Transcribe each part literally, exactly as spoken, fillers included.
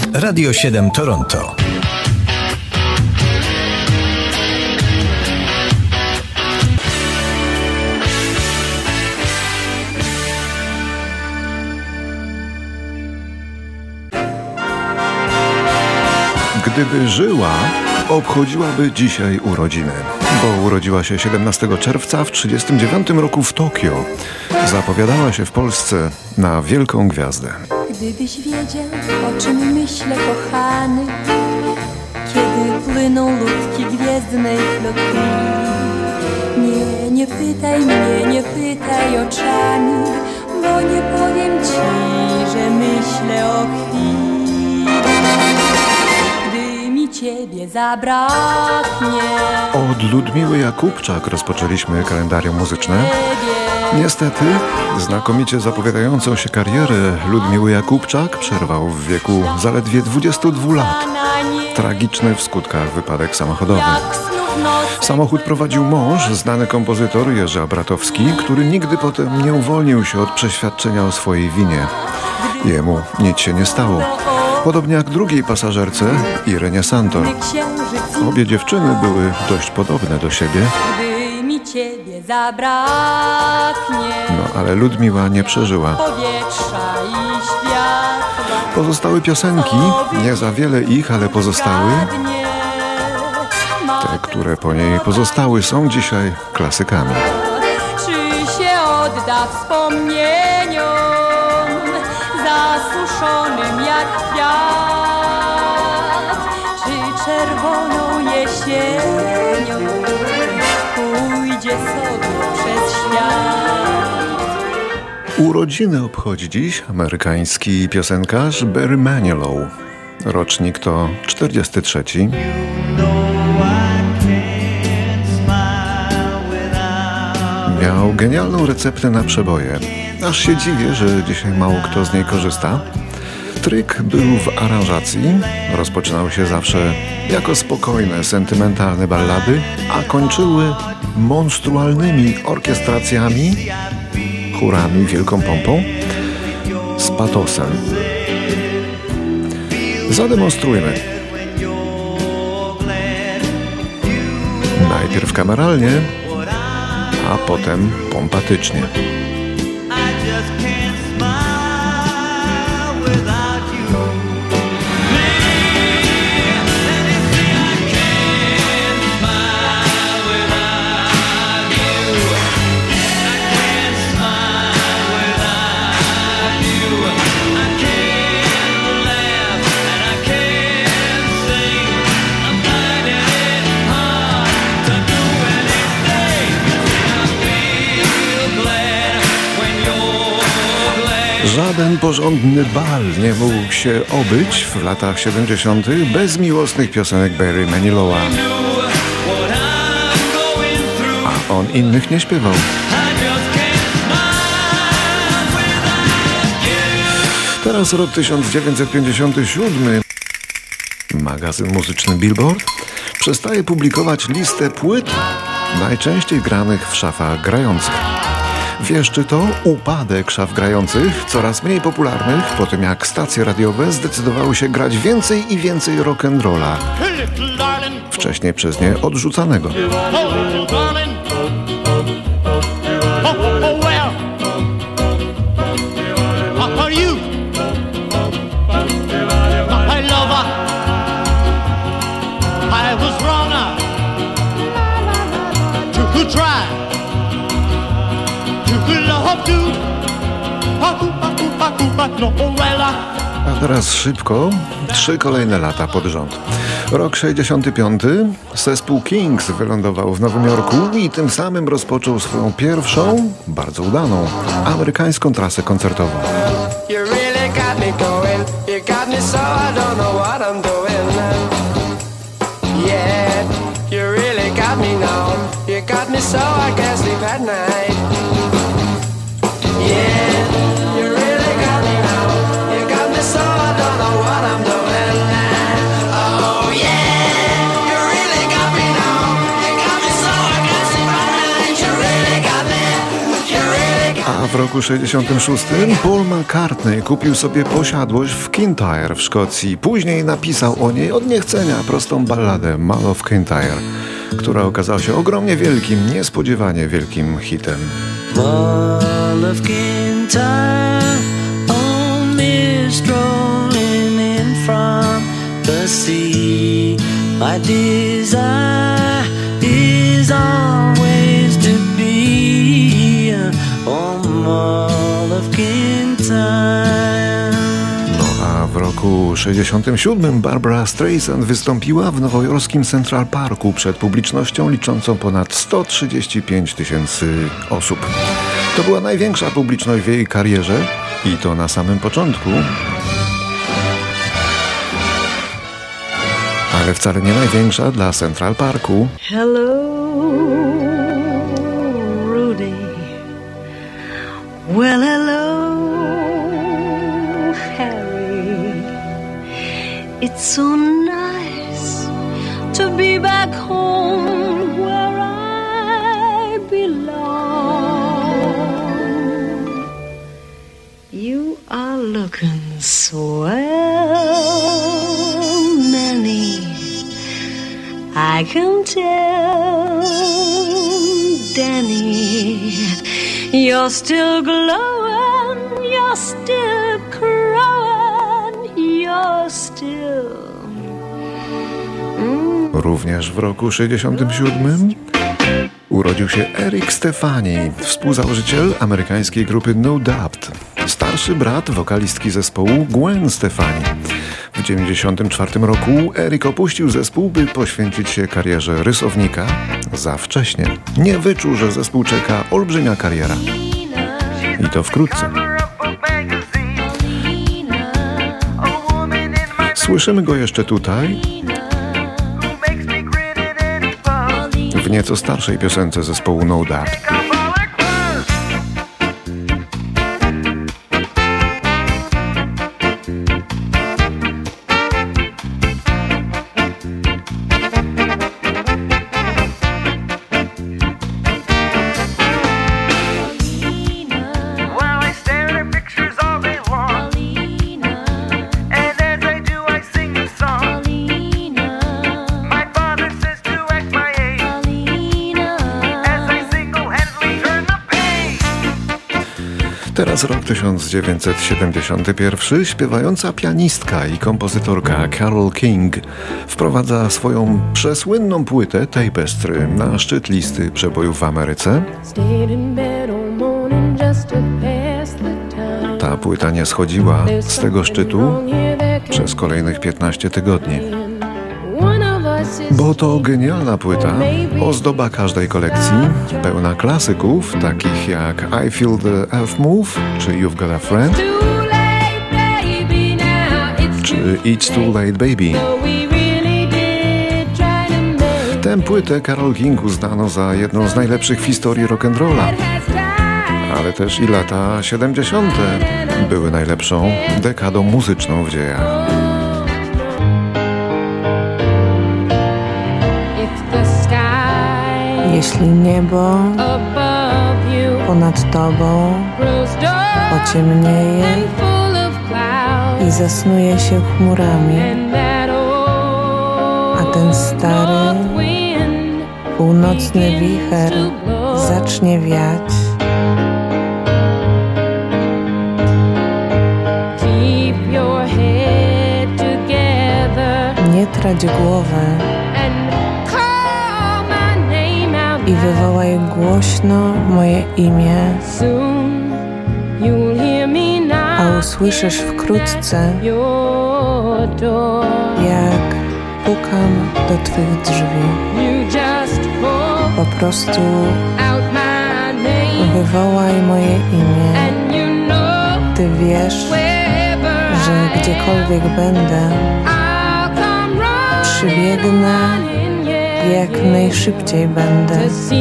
Radio siedem Toronto. Gdyby żyła, obchodziłaby dzisiaj urodziny, bo urodziła się siedemnastego czerwca w trzydziestym dziewiątym roku w Tokio. Zapowiadała się w Polsce na wielką gwiazdę. Gdybyś wiedział, o czym myślę, kochany, kiedy płyną ludki gwiezdnej flotylli. Nie, nie pytaj mnie, nie pytaj oczami, bo nie powiem ci, że myślę o chwili. Ciebie zabraknie. Od Ludmiły Jakubczak rozpoczęliśmy kalendarium muzyczne. Niestety, znakomicie zapowiadającą się karierę Ludmiły Jakubczak przerwał w wieku zaledwie dwudziestu dwóch lat. Tragiczny w skutkach wypadek samochodowy. Samochód prowadził mąż, znany kompozytor Jerzy Abratowski, który nigdy potem nie uwolnił się od przeświadczenia o swojej winie. Jemu nic się nie stało. Podobnie jak drugiej pasażerce, Irenie Santor. Obie dziewczyny były dość podobne do siebie. Gdy mi ciebie zabraknie. No ale Ludmiła nie przeżyła. Powietrza i światła. Pozostały piosenki, nie za wiele ich, ale pozostały. Te, które po niej pozostały, są dzisiaj klasykami. Czy się odda wspomnieniom zasuszonym jak kwiat, czy czerwoną jesienią pójdzie sobie przez świat. Urodziny obchodzi dziś amerykański piosenkarz Barry Manilow. Rocznik to czterdziesty trzeci. Miał genialną receptę na przeboje. Aż się dziwię, że dzisiaj mało kto z niej korzysta. Tryk był w aranżacji. Rozpoczynał się zawsze jako spokojne, sentymentalne ballady, a kończyły monstrualnymi orkiestracjami, chórami, wielką pompą, z patosem. Zademonstrujmy. Najpierw kameralnie, a potem pompatycznie. Żaden porządny bal nie mógł się obyć w latach siedemdziesiątych bez miłosnych piosenek Barry Manilowa. A on innych nie śpiewał. Teraz rok tysiąc dziewięćset pięćdziesiąty siódmy. Magazyn muzyczny Billboard przestaje publikować listę płyt najczęściej granych w szafach grających. Wieszczy to upadek szaf grających, coraz mniej popularnych, po tym jak stacje radiowe zdecydowały się grać więcej i więcej rock'n'rolla, wcześniej przez nie odrzucanego. A teraz szybko, trzy kolejne lata pod rząd. Rok sześćdziesiąty piąty. Zespół Kings wylądował w Nowym Jorku i tym samym rozpoczął swoją pierwszą, bardzo udaną, amerykańską trasę koncertową. A w roku roku sześćdziesiątym szóstym Paul McCartney kupił sobie posiadłość w Kintyre w Szkocji. Później napisał o niej od niechcenia prostą balladę Mull of Kintyre, która okazała się ogromnie wielkim, niespodziewanie wielkim hitem. Mull of Kintyre, only strolling in from the sea. My desire is always to be on Mull of Kintyre. No a w roku sześćdziesiątym siódmym Barbra Streisand wystąpiła w nowojorskim Central Parku przed publicznością liczącą ponad sto trzydzieści pięć tysięcy osób. To była największa publiczność w jej karierze i to na samym początku. Ale wcale nie największa dla Central Parku. Hello, Rudy. Well, hello, Harry. It's so nice to be back home where I belong. You are looking swell, Manny. I can tell, Danny, you're still glowing, you're still crowing, you're still... Mm. Również w roku sześćdziesiątym siódmym urodził się Eric Stefani, współzałożyciel amerykańskiej grupy No Doubt, starszy brat wokalistki zespołu Gwen Stefani. W dziewięćdziesiątym czwartym roku Eric opuścił zespół, by poświęcić się karierze rysownika za wcześnie. Nie wyczuł, że zespół czeka olbrzymia kariera. I to wkrótce. Słyszymy go jeszcze tutaj, w nieco starszej piosence zespołu No Doubt. Teraz rok tysiąc dziewięćset siedemdziesiąty pierwszy. Śpiewająca pianistka i kompozytorka Carole King wprowadza swoją przesłynną płytę Tapestry na szczyt listy przebojów w Ameryce. Ta płyta nie schodziła z tego szczytu przez kolejnych piętnaście tygodni. Bo to genialna płyta, ozdoba każdej kolekcji, pełna klasyków takich jak I Feel the Earth Move, czy You've Got a Friend, czy It's Too Late Baby. Tę płytę Carole King uznano za jedną z najlepszych w historii rock'n'rolla, ale też i lata siedemdziesiąte były najlepszą dekadą muzyczną w dziejach. Jeśli niebo ponad tobą pociemnieje i zasnuje się chmurami, a ten stary, północny wicher zacznie wiać, nie trać głowy i wywołaj głośno moje imię, a usłyszysz wkrótce, jak pukam do twych drzwi. Po prostu wywołaj moje imię. Ty wiesz, że gdziekolwiek będę, przybiegnę, jak najszybciej będę,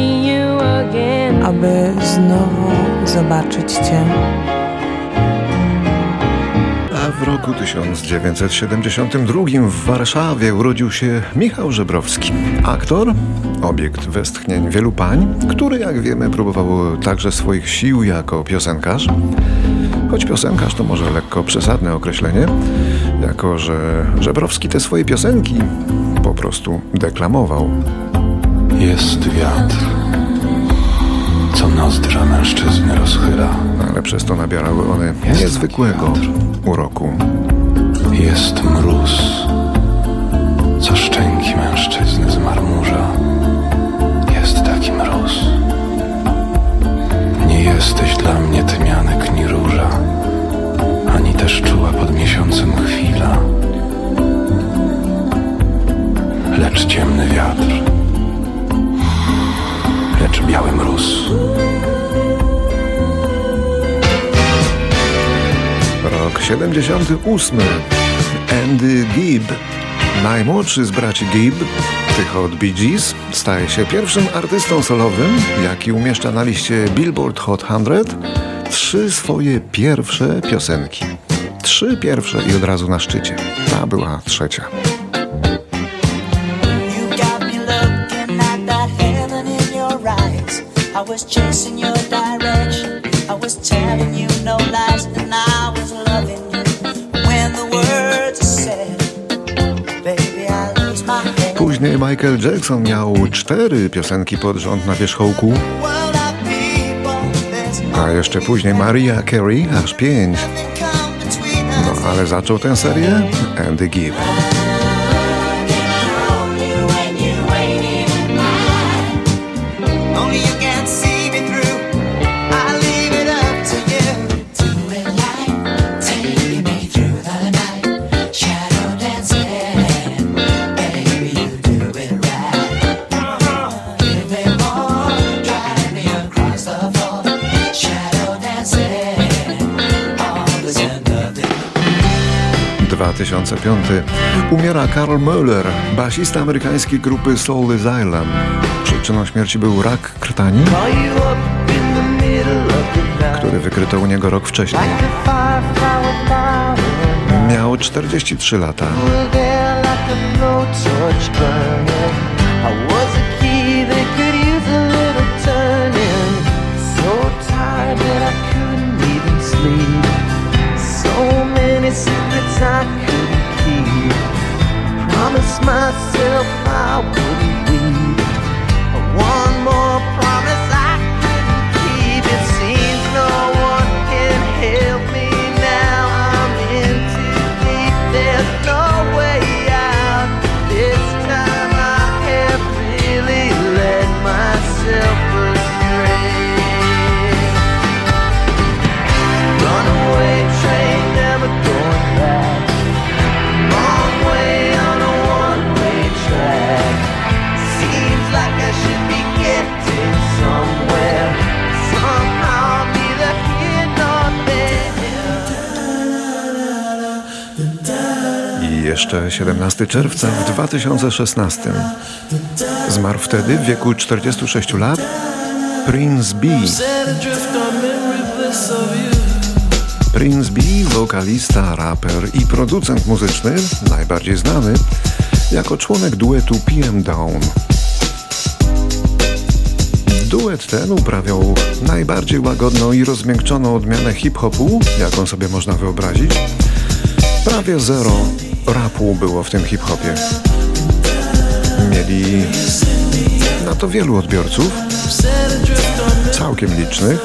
aby znowu zobaczyć Cię. W roku tysiąc dziewięćset siedemdziesiątym drugim w Warszawie urodził się Michał Żebrowski. Aktor, obiekt westchnień wielu pań, który, jak wiemy, próbował także swoich sił jako piosenkarz. Choć piosenkarz to może lekko przesadne określenie, jako że Żebrowski te swoje piosenki po prostu deklamował. Jest wiatr, co nozdrza mężczyzny rozchyla. Ale przez to nabierały one Jest niezwykłego uroku. Jest mróz, co szczęki mężczyzny zmarmurza. Jest taki mróz. Nie jesteś dla mnie tymianek ni róża, ani też czuła pod miesiącem chwila, lecz ciemny wiatr, lecz biały mróz. Rok siedemdziesiąty ósmy. Andy Gibb, najmłodszy z braci Gibb, tych od Bee Gees, staje się pierwszym artystą solowym, jaki umieszcza na liście Billboard Hot sto trzy swoje pierwsze piosenki. Trzy pierwsze i od razu na szczycie. Ta była trzecia. I was chasing your direction, I was telling you no lies, and I was loving you. When the words are said, baby, I lose my head. Później Michael Jackson miał cztery piosenki pod rząd na wierzchołku, a jeszcze później Mariah Carey aż pięć. No ale zaczął tę serię Andy Gibb. dwa tysiące piąty. Umiera Karl Möller, basista amerykańskiej grupy Soul Asylum. Przyczyną śmierci był rak krtani, który wykryto u niego rok wcześniej. Miał czterdzieści trzy lata. I couldn't keep. Promised myself I wouldn't weep. One more promise I couldn't keep. It seems no one can help me now. I'm in too deep. There's no way out. This time I have really let myself astray. Runaway train, never going back. I jeszcze siedemnastego czerwca w dwa tysiące szesnastym. Zmarł wtedy w wieku czterdziestu sześciu lat Prince B. Prince B, wokalista, raper i producent muzyczny, najbardziej znany jako członek duetu P M Dawn. Duet ten uprawiał najbardziej łagodną i rozmiękczoną odmianę hip-hopu, jaką sobie można wyobrazić. Prawie zero rapu było w tym hip-hopie. Mieli na to wielu odbiorców, całkiem licznych.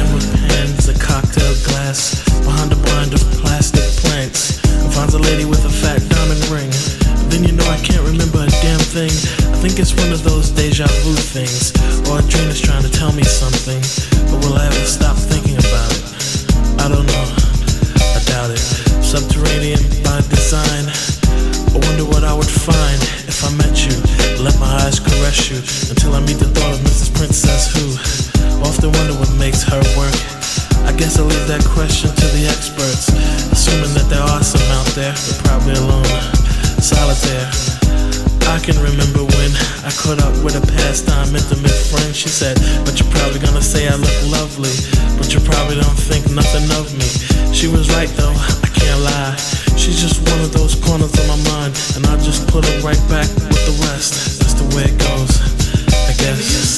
Then you know I can't remember a damn thing. I think it's one of those deja vu things, or a dream is trying to tell me something. But will I ever stop thinking about it? I don't know, I doubt it. Subterranean by design. I wonder what I would find if I met you. Let my eyes caress you until I meet the thought of Missus Princess who often wonder what makes her work. I guess I'll leave that question to the experts, assuming that there are some out there, but probably alone. Solitaire. I can remember when I caught up with a pastime intimate friend. She said, but you're probably gonna say I look lovely, but you probably don't think nothing of me. She was right though, I can't lie. She's just one of those corners of my mind, and I just put her right back with the rest. That's the way it goes, I guess.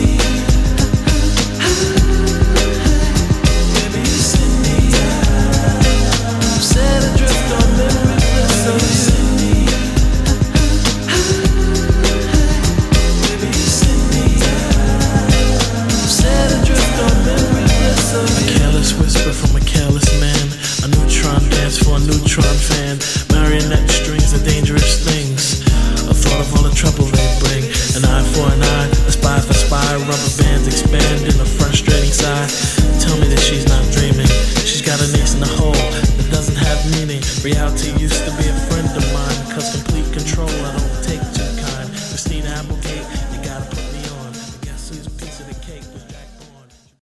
Set adrift on memory bliss of you. Set adrift on memory bliss of you. A careless whisper from a careless man. A neutron dance for a neutron fan. Marionette strings are dangerous things. A thought of all the trouble they bring. An eye for an eye, a spy for spy. Rubber bands expand in a frustrating sigh. Tell me that she's not dreaming. She's got an ace in the hole that doesn't have meaning. Reality used to be a friend of mine, cause complete